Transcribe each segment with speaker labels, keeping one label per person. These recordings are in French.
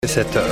Speaker 1: 7h.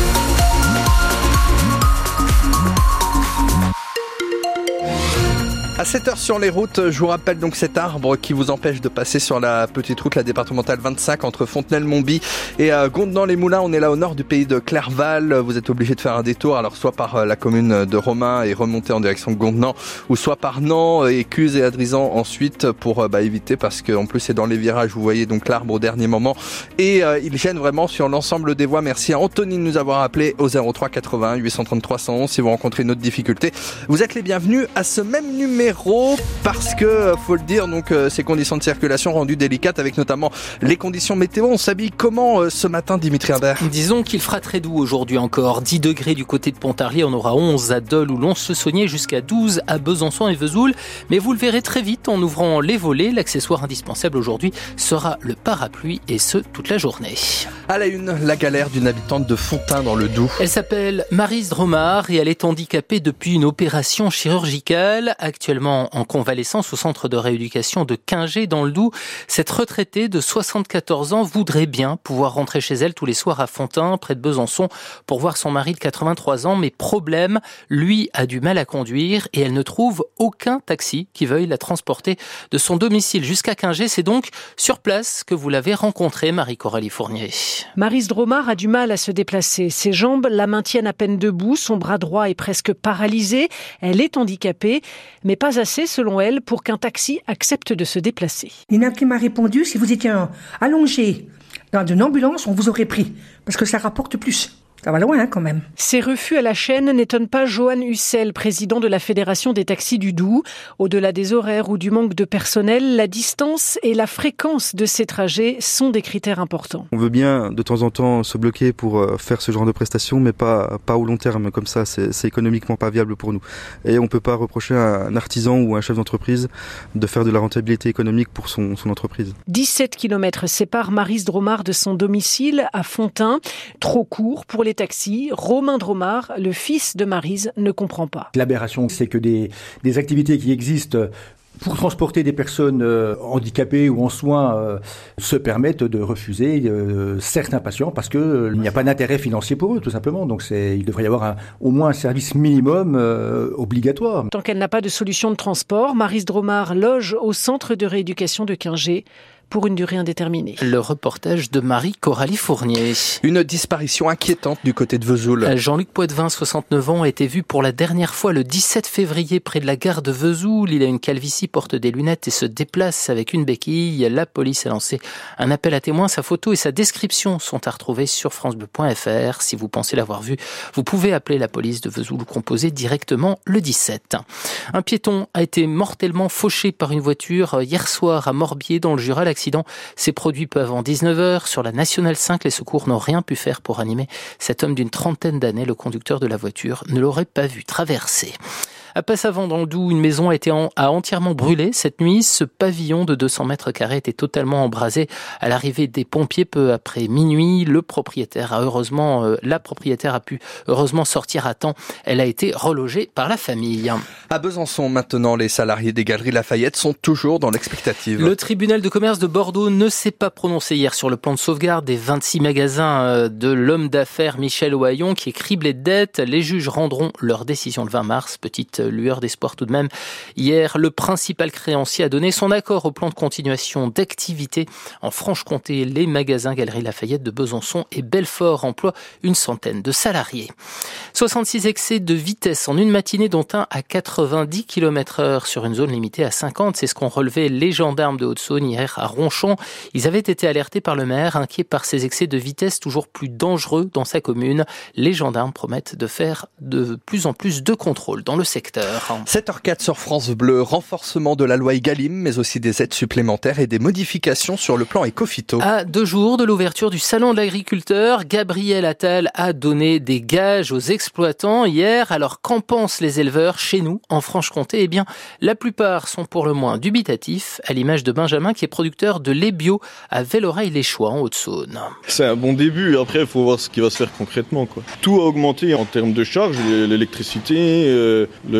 Speaker 1: À 7h sur les routes, je vous rappelle donc cet arbre qui vous empêche de passer sur la petite route, la départementale 25 entre Fontenay-le-Mont-Bie et Gondenant-les-Moulins. On est là au nord du pays de Clerval. Vous êtes obligé de faire un détour, alors soit par la commune de Romain et remonter en direction de Gondenant, ou soit par Nant, Écuse et Adrizan ensuite pour éviter, parce qu'en plus c'est dans les virages, vous voyez donc l'arbre au dernier moment et il gêne vraiment sur l'ensemble des voies. Merci à Anthony de nous avoir appelé au 03 81 833 111 si vous rencontrez une autre difficulté. Vous êtes les bienvenus à ce même numéro parce que, faut le dire, donc ces conditions de circulation rendues délicates avec notamment les conditions météo. On s'habille comment ce matin, Dimitri Imbert ?
Speaker 2: Disons qu'il fera très doux aujourd'hui encore. 10 degrés du côté de Pontarlier, on aura 11 à Dole ou Lons-le-Saunier, jusqu'à 12 à Besançon et Vesoul. Mais vous le verrez très vite en ouvrant les volets. L'accessoire indispensable aujourd'hui sera le parapluie et ce, toute la journée.
Speaker 1: À la une, la galère d'une habitante de Fontaine dans le Doubs.
Speaker 2: Elle s'appelle Maryse Dromard et elle est handicapée depuis une opération chirurgicale. Actuellement en convalescence au centre de rééducation de Quingé dans le Doubs. Cette retraitée de 74 ans voudrait bien pouvoir rentrer chez elle tous les soirs à Fontaine, près de Besançon, pour voir son mari de 83 ans. Mais problème, lui a du mal à conduire et elle ne trouve aucun taxi qui veuille la transporter de son domicile jusqu'à Quingé. C'est donc sur place que vous l'avez rencontrée, Marie-Coralie Fournier.
Speaker 3: Maryse Dromard a du mal à se déplacer. Ses jambes la maintiennent à peine debout, son bras droit est presque paralysé. Elle est handicapée, mais pas assez, selon elle, pour qu'un taxi accepte de se déplacer.
Speaker 4: Il y en a qui m'a répondu, si vous étiez allongé dans une ambulance, on vous aurait pris, parce que ça rapporte plus. Ça va loin quand même.
Speaker 3: Ces refus à la chaîne n'étonnent pas Johan Hussel, président de la Fédération des taxis du Doubs. Au-delà des horaires ou du manque de personnel, la distance et la fréquence de ces trajets sont des critères importants.
Speaker 5: On veut bien de temps en temps se bloquer pour faire ce genre de prestations, mais pas au long terme. Comme ça, c'est économiquement pas viable pour nous. Et on peut pas reprocher à un artisan ou à un chef d'entreprise de faire de la rentabilité économique pour son entreprise.
Speaker 3: 17 km séparent Maryse Dromard de son domicile à Fontaine. Trop court pour les taxis. Romain Dromard, le fils de Maryse, ne comprend pas.
Speaker 6: L'aberration, c'est que des activités qui existent pour transporter des personnes handicapées ou en soins se permettent de refuser certains patients parce qu'il n'y a pas d'intérêt financier pour eux, tout simplement. Donc il devrait y avoir au moins un service minimum obligatoire.
Speaker 3: Tant qu'elle n'a pas de solution de transport, Maryse Dromard loge au centre de rééducation de Quingé pour une durée indéterminée.
Speaker 2: Le reportage de Marie-Coralie Fournier.
Speaker 1: Une disparition inquiétante du côté de Vesoul.
Speaker 2: Jean-Luc Poitvin, 69 ans, a été vu pour la dernière fois le 17 février près de la gare de Vesoul. Il a une calvitie, porte des lunettes et se déplace avec une béquille. La police a lancé un appel à témoins. Sa photo et sa description sont à retrouver sur francebleu.fr. Si vous pensez l'avoir vu, vous pouvez appeler la police de Vesoul ou composer directement le 17. Un piéton a été mortellement fauché par une voiture hier soir à Morbier dans le Jura. L'accident s'est produit peu avant 19h sur la Nationale 5. Les secours n'ont rien pu faire pour animer cet homme d'une trentaine d'années. Le conducteur de la voiture ne l'aurait pas vu traverser. À Passavant dans le Doubs, une maison a entièrement brûlé cette nuit. Ce pavillon de 200 mètres carrés était totalement embrasé à l'arrivée des pompiers peu après minuit. La propriétaire a pu heureusement sortir à temps. Elle a été relogée par la famille.
Speaker 1: À Besançon, maintenant, les salariés des Galeries Lafayette sont toujours dans l'expectative.
Speaker 2: Le tribunal de commerce de Bordeaux ne s'est pas prononcé hier sur le plan de sauvegarde des 26 magasins de l'homme d'affaires Michel Ohaillon qui est criblé de dettes. Les juges rendront leur décision le 20 mars. Petite lueur d'espoir tout de même. Hier, le principal créancier a donné son accord au plan de continuation d'activité. En Franche-Comté, les magasins Galeries Lafayette de Besançon et Belfort emploient une centaine de salariés. 66 excès de vitesse en une matinée, dont un à 90 km/h sur une zone limitée à 50. C'est ce qu'ont relevé les gendarmes de Haute-Saône hier à Ronchon. Ils avaient été alertés par le maire, inquiet par ces excès de vitesse toujours plus dangereux dans sa commune. Les gendarmes promettent de faire de plus en plus de contrôles dans le secteur.
Speaker 1: 7h04 sur France Bleu, renforcement de la loi Egalim, mais aussi des aides supplémentaires et des modifications sur le plan éco-phyto.
Speaker 2: À 2 jours de l'ouverture du Salon de l'agriculteur, Gabriel Attal a donné des gages aux exploitants hier. Alors qu'en pensent les éleveurs chez nous, en Franche-Comté ? Eh bien, la plupart sont pour le moins dubitatifs, à l'image de Benjamin qui est producteur de lait bio à Velloreille-les-Choix en Haute-Saône.
Speaker 7: C'est un bon début, après il faut voir ce qui va se faire concrètement, quoi. Tout a augmenté en termes de charges, l'électricité, le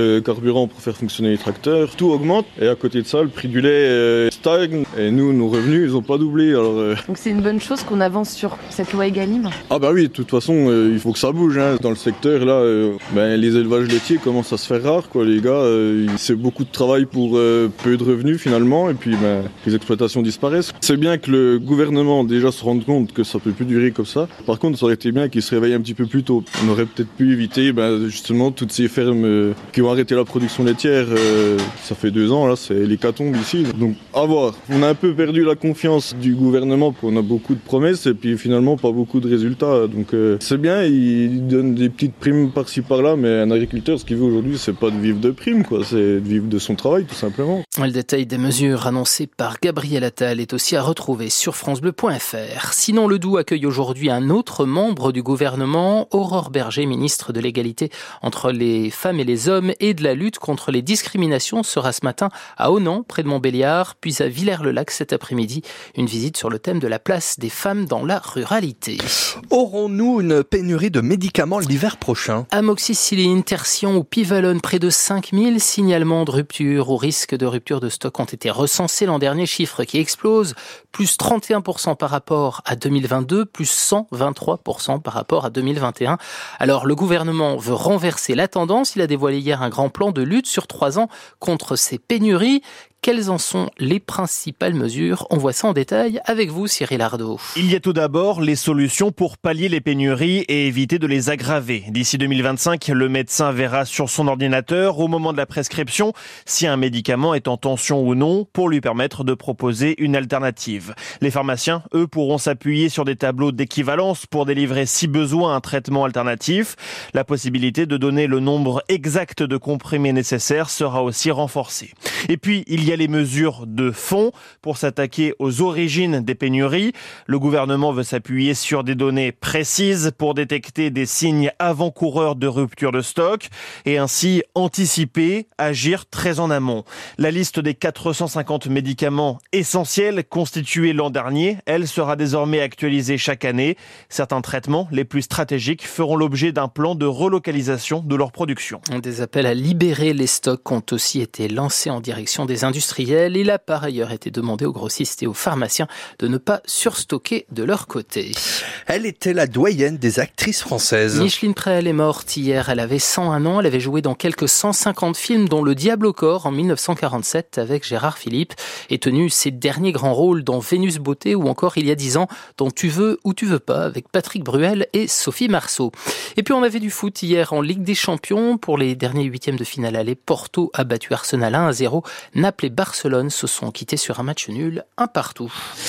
Speaker 7: de carburant pour faire fonctionner les tracteurs, tout augmente. Et à côté de ça, le prix du lait stagne. Et nous, nos revenus, ils n'ont pas doublé. Alors,
Speaker 8: Donc c'est une bonne chose qu'on avance sur cette loi Egalim ?
Speaker 7: Ah bah oui, de toute façon, il faut que ça bouge. Dans le secteur, là, les élevages laitiers commencent à se faire rares, quoi. Les gars, c'est beaucoup de travail pour peu de revenus finalement. Et puis les exploitations disparaissent. C'est bien que le gouvernement déjà se rende compte que ça peut plus durer comme ça. Par contre, ça aurait été bien qu'il se réveille un petit peu plus tôt. On aurait peut-être pu éviter justement toutes ces fermes qui vont arrêter la production laitière. Ça fait 2 ans, là, c'est l'hécatombe ici. Donc, à voir. On a un peu perdu la confiance du gouvernement, on a beaucoup de promesses et puis finalement pas beaucoup de résultats. Donc c'est bien, il donne des petites primes par-ci par-là, mais un agriculteur, ce qu'il veut aujourd'hui, c'est pas de vivre de primes, quoi, c'est de vivre de son travail, tout simplement.
Speaker 2: Le détail des mesures annoncées par Gabriel Attal est aussi à retrouver sur francebleu.fr. Sinon, le Doubs accueille aujourd'hui un autre membre du gouvernement, Aurore Berger, ministre de l'égalité entre les femmes et les hommes et de la lutte contre les discriminations, sera ce matin à Onnan, près de Montbéliard, puis à Villers-le-Lac cet après-midi. Une visite sur le thème de la place des femmes dans la ruralité.
Speaker 1: Aurons-nous une pénurie de médicaments l'hiver prochain ?
Speaker 2: Amoxicilline, Tertian ou Pivalone, près de 5000 signalements de rupture ou risque de rupture de stock ont été recensés l'an dernier, chiffre qui explose, plus 31% par rapport à 2022, plus 123% par rapport à 2021. Alors le gouvernement veut renverser la tendance, il a dévoilé hier un grand plan de lutte sur 3 ans contre ces pénuries. Quelles en sont les principales mesures ? On voit ça en détail avec vous, Cyril Ardo.
Speaker 9: Il y a tout d'abord les solutions pour pallier les pénuries et éviter de les aggraver. D'ici 2025, le médecin verra sur son ordinateur, au moment de la prescription, si un médicament est en tension ou non, pour lui permettre de proposer une alternative. Les pharmaciens, eux, pourront s'appuyer sur des tableaux d'équivalence pour délivrer, si besoin, un traitement alternatif. La possibilité de donner le nombre exact de comprimés nécessaires sera aussi renforcée. Et puis, il y a les mesures de fond pour s'attaquer aux origines des pénuries. Le gouvernement veut s'appuyer sur des données précises pour détecter des signes avant-coureurs de rupture de stock et ainsi anticiper, agir très en amont. La liste des 450 médicaments essentiels constitués l'an dernier, elle sera désormais actualisée chaque année. Certains traitements les plus stratégiques feront l'objet d'un plan de relocalisation de leur production.
Speaker 2: Des appels à libérer les stocks ont aussi été lancés en direction des industriels. Il a par ailleurs été demandé aux grossistes et aux pharmaciens de ne pas surstocker de leur côté.
Speaker 1: Elle était la doyenne des actrices françaises.
Speaker 2: Micheline Prel est morte hier, elle avait 101 ans, elle avait joué dans quelques 150 films dont Le Diable au corps en 1947 avec Gérard Philippe et tenu ses derniers grands rôles dans Vénus Beauté ou encore il y a 10 ans dans Tu veux ou tu veux pas avec Patrick Bruel et Sophie Marceau. Et puis on avait du foot hier en Ligue des Champions pour les derniers 8e de finale aller. Porto a battu Arsenal 1-0. Naples et Barcelone se sont quittés sur un match nul, 1-1.